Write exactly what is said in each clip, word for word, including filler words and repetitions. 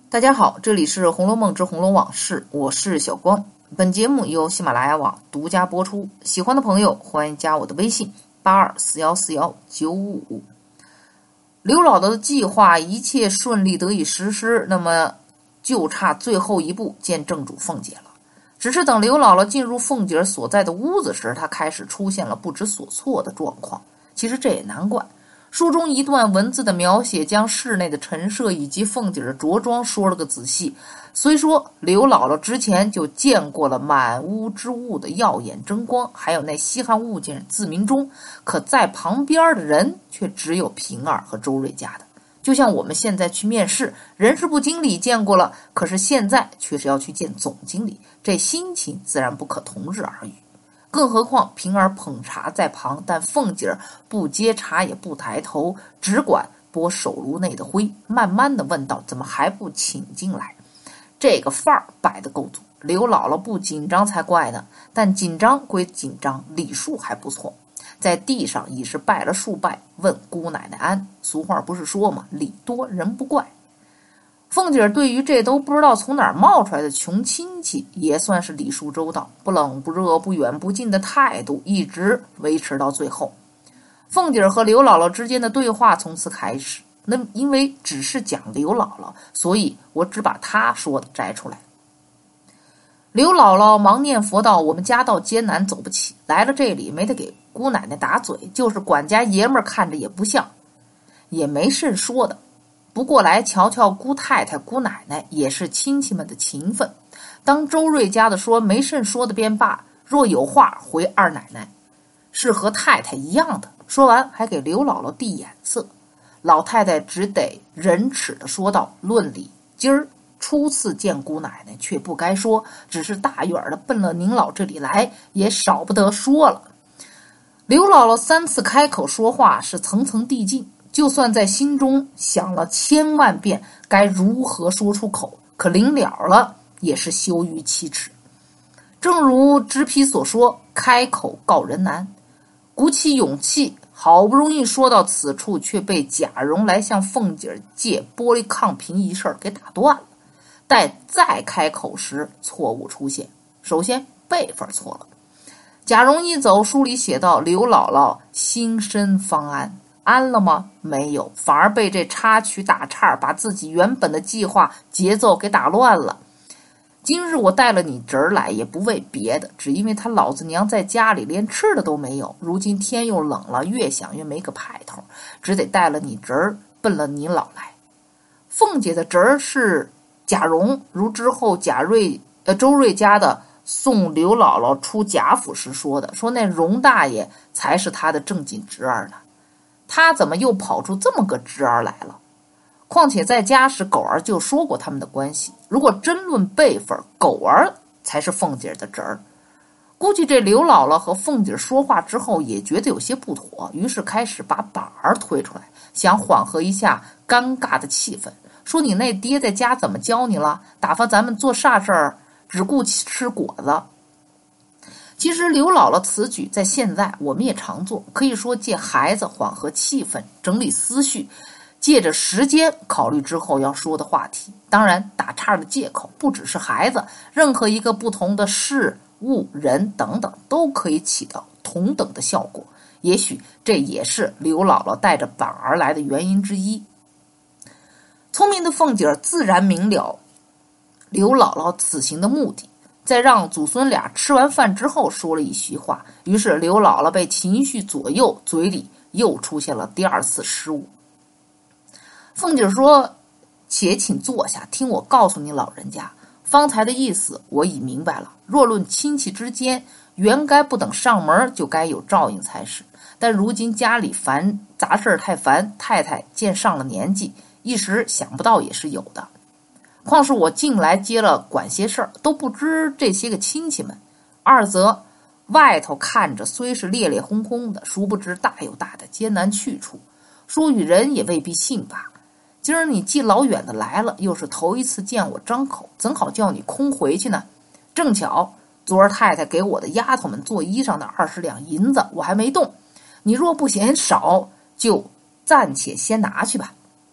大家好，这里是《红楼梦之红楼往事》，我是小光。本节目由喜马拉雅网独家播出，喜欢的朋友欢迎加我的微信八二四幺四幺九五五。刘姥姥的计划一切顺利得以实施，那么就差最后一步见正主凤姐了。只是等刘姥姥进入凤姐所在的屋子时，她开始出现了不知所措的状况。其实这也难怪，书中一段文字的描写将室内的陈设以及凤姐的着装说了个仔细。虽说刘姥姥之前就见过了满屋之物的耀眼争光，还有那稀罕物件自鸣钟，可在旁边的人却只有平儿和周瑞家的。就像我们现在去面试，人事部经理见过了，可是现在却是要去见总经理，这心情自然不可同日而语。更何况平儿捧茶在旁，但凤姐不接茶也不抬头，只管拨手炉内的灰，慢慢地问道：怎么还不请进来？这个范儿摆得够足，刘姥姥不紧张才怪呢。但紧张归紧张，礼数还不错，在地上已是拜了数拜，问姑奶奶安。俗话不是说吗？礼多人不怪。凤姐对于这都不知道从哪儿冒出来的穷亲戚，也算是礼数周到，不冷不热不远不近的态度一直维持到最后。凤姐和刘姥姥之间的对话从此开始，那因为只是讲刘姥姥，所以我只把她说的摘出来。刘姥姥忙念佛道：我们家道艰难走不起，来了这里没得给姑奶奶打嘴，就是管家爷们儿看着也不像，也没甚说的。不过来瞧瞧姑太太姑奶奶，也是亲戚们的情分。当周瑞家的说没甚说的便罢，若有话回二奶奶，是和太太一样的。说完还给刘姥姥递眼色，老太太只得忍耻地说道：论理今儿初次见姑奶奶，却不该说，只是大远的奔了您老这里来，也少不得说了。刘姥姥三次开口说话是层层递进，就算在心中想了千万遍该如何说出口，可临了了也是羞于启齿。正如知批所说，开口告人难，鼓起勇气好不容易说到此处，却被贾蓉来向凤姐借玻璃炕瓶一事给打断了。待再开口时，错误出现，首先辈分错了。贾蓉一走，书里写道：刘姥姥心身方安，安了吗？没有，反而被这插曲打岔，把自己原本的计划节奏给打乱了。今日我带了你侄儿来，也不为别的，只因为他老子娘在家里连吃的都没有，如今天又冷了，越想越没个派头，只得带了你侄儿奔了你老来。凤姐的侄儿是贾蓉，如之后贾瑞呃周瑞家的送刘姥姥出贾府时说的，说那荣大爷才是他的正经侄儿呢。他怎么又跑出这么个侄儿来了？况且在家时狗儿就说过他们的关系，如果真论辈分，狗儿才是凤姐的侄儿。估计这刘姥姥和凤姐说话之后也觉得有些不妥，于是开始把板儿推出来，想缓和一下尴尬的气氛，说你那爹在家怎么教你了？打发咱们做啥事儿只顾吃果子。其实刘姥姥此举在现在我们也常做，可以说借孩子缓和气氛，整理思绪，借着时间考虑之后要说的话题。当然打岔的借口不只是孩子，任何一个不同的事物人等等都可以起到同等的效果，也许这也是刘姥姥带着板而来的原因之一。聪明的凤姐自然明了刘姥姥此行的目的，在让祖孙俩吃完饭之后说了一席话，于是刘姥姥被情绪左右，嘴里又出现了第二次失误。凤姐说：且请坐下，听我告诉你老人家，方才的意思我已明白了。若论亲戚之间，原该不等上门就该有照应才是，但如今家里烦杂事太烦，太太见上了年纪，一时想不到也是有的。况是我近来接了管些事儿，都不知这些个亲戚们。二则外头看着虽是烈烈轰轰的，殊不知大有大的艰难去处，说与人也未必信吧。今儿你既老远的来了，又是头一次见我张口，怎好叫你空回去呢？正巧昨儿太太给我的丫头们做衣裳的二十两银子我还没动，你若不嫌少，就暂且先拿去吧。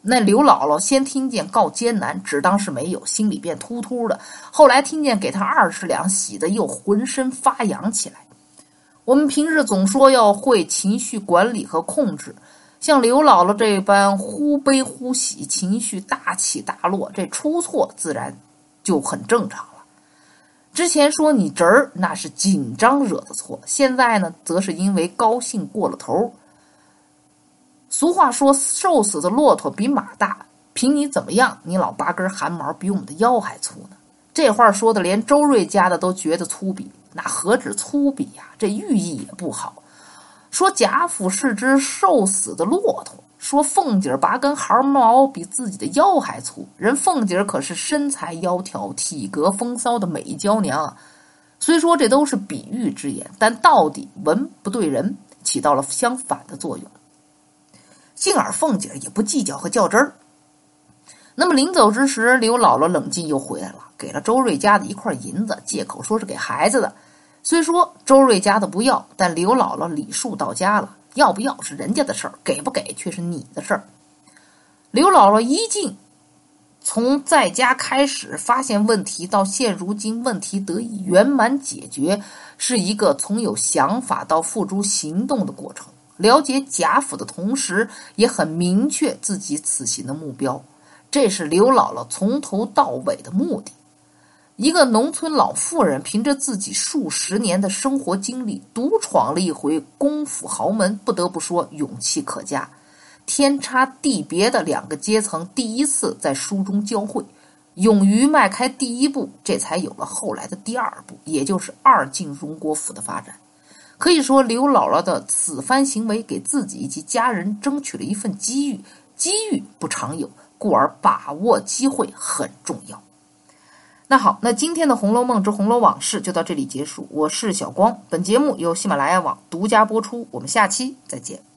那刘姥姥先听见告艰难，只当是没有，心里便突突的。后来听见给他二十两，喜得又浑身发痒起来。我们平时总说要会情绪管理和控制，像刘姥姥这般忽悲忽喜，情绪大起大落，这出错自然就很正常了。之前说你侄儿那是紧张惹的错，现在呢则是因为高兴过了头。俗话说瘦死的骆驼比马大，凭你怎么样，你老八根汗毛比我们的腰还粗呢。这话说的连周瑞家的都觉得粗鄙，那何止粗鄙呀、啊，这寓意也不好。说贾府是只瘦死的骆驼，说凤姐八根汗毛比自己的腰还粗，人凤姐可是身材窈窕、体格风骚的美娇娘啊。虽说这都是比喻之言，但到底文不对人，起到了相反的作用。幸而凤姐也不计较和较真儿。那么临走之时，刘姥姥冷静又回来了，给了周瑞家的一块银子，借口说是给孩子的。虽说周瑞家的不要，但刘姥姥礼数到家了，要不要是人家的事儿，给不给却是你的事儿。刘姥姥一进，从在家开始发现问题到现如今问题得以圆满解决，是一个从有想法到付诸行动的过程。了解贾府的同时，也很明确自己此行的目标，这是刘姥姥从头到尾的目的。一个农村老妇人凭着自己数十年的生活经历，独闯了一回公府豪门，不得不说勇气可嘉。天差地别的两个阶层第一次在书中交汇，勇于迈开第一步，这才有了后来的第二步，也就是二进荣国府的发展。可以说刘姥姥的此番行为给自己以及家人争取了一份机遇，机遇不常有，故而把握机会很重要。那好，那今天的《红楼梦之红楼往事》就到这里结束，我是小光，本节目由喜马拉雅网独家播出，我们下期再见。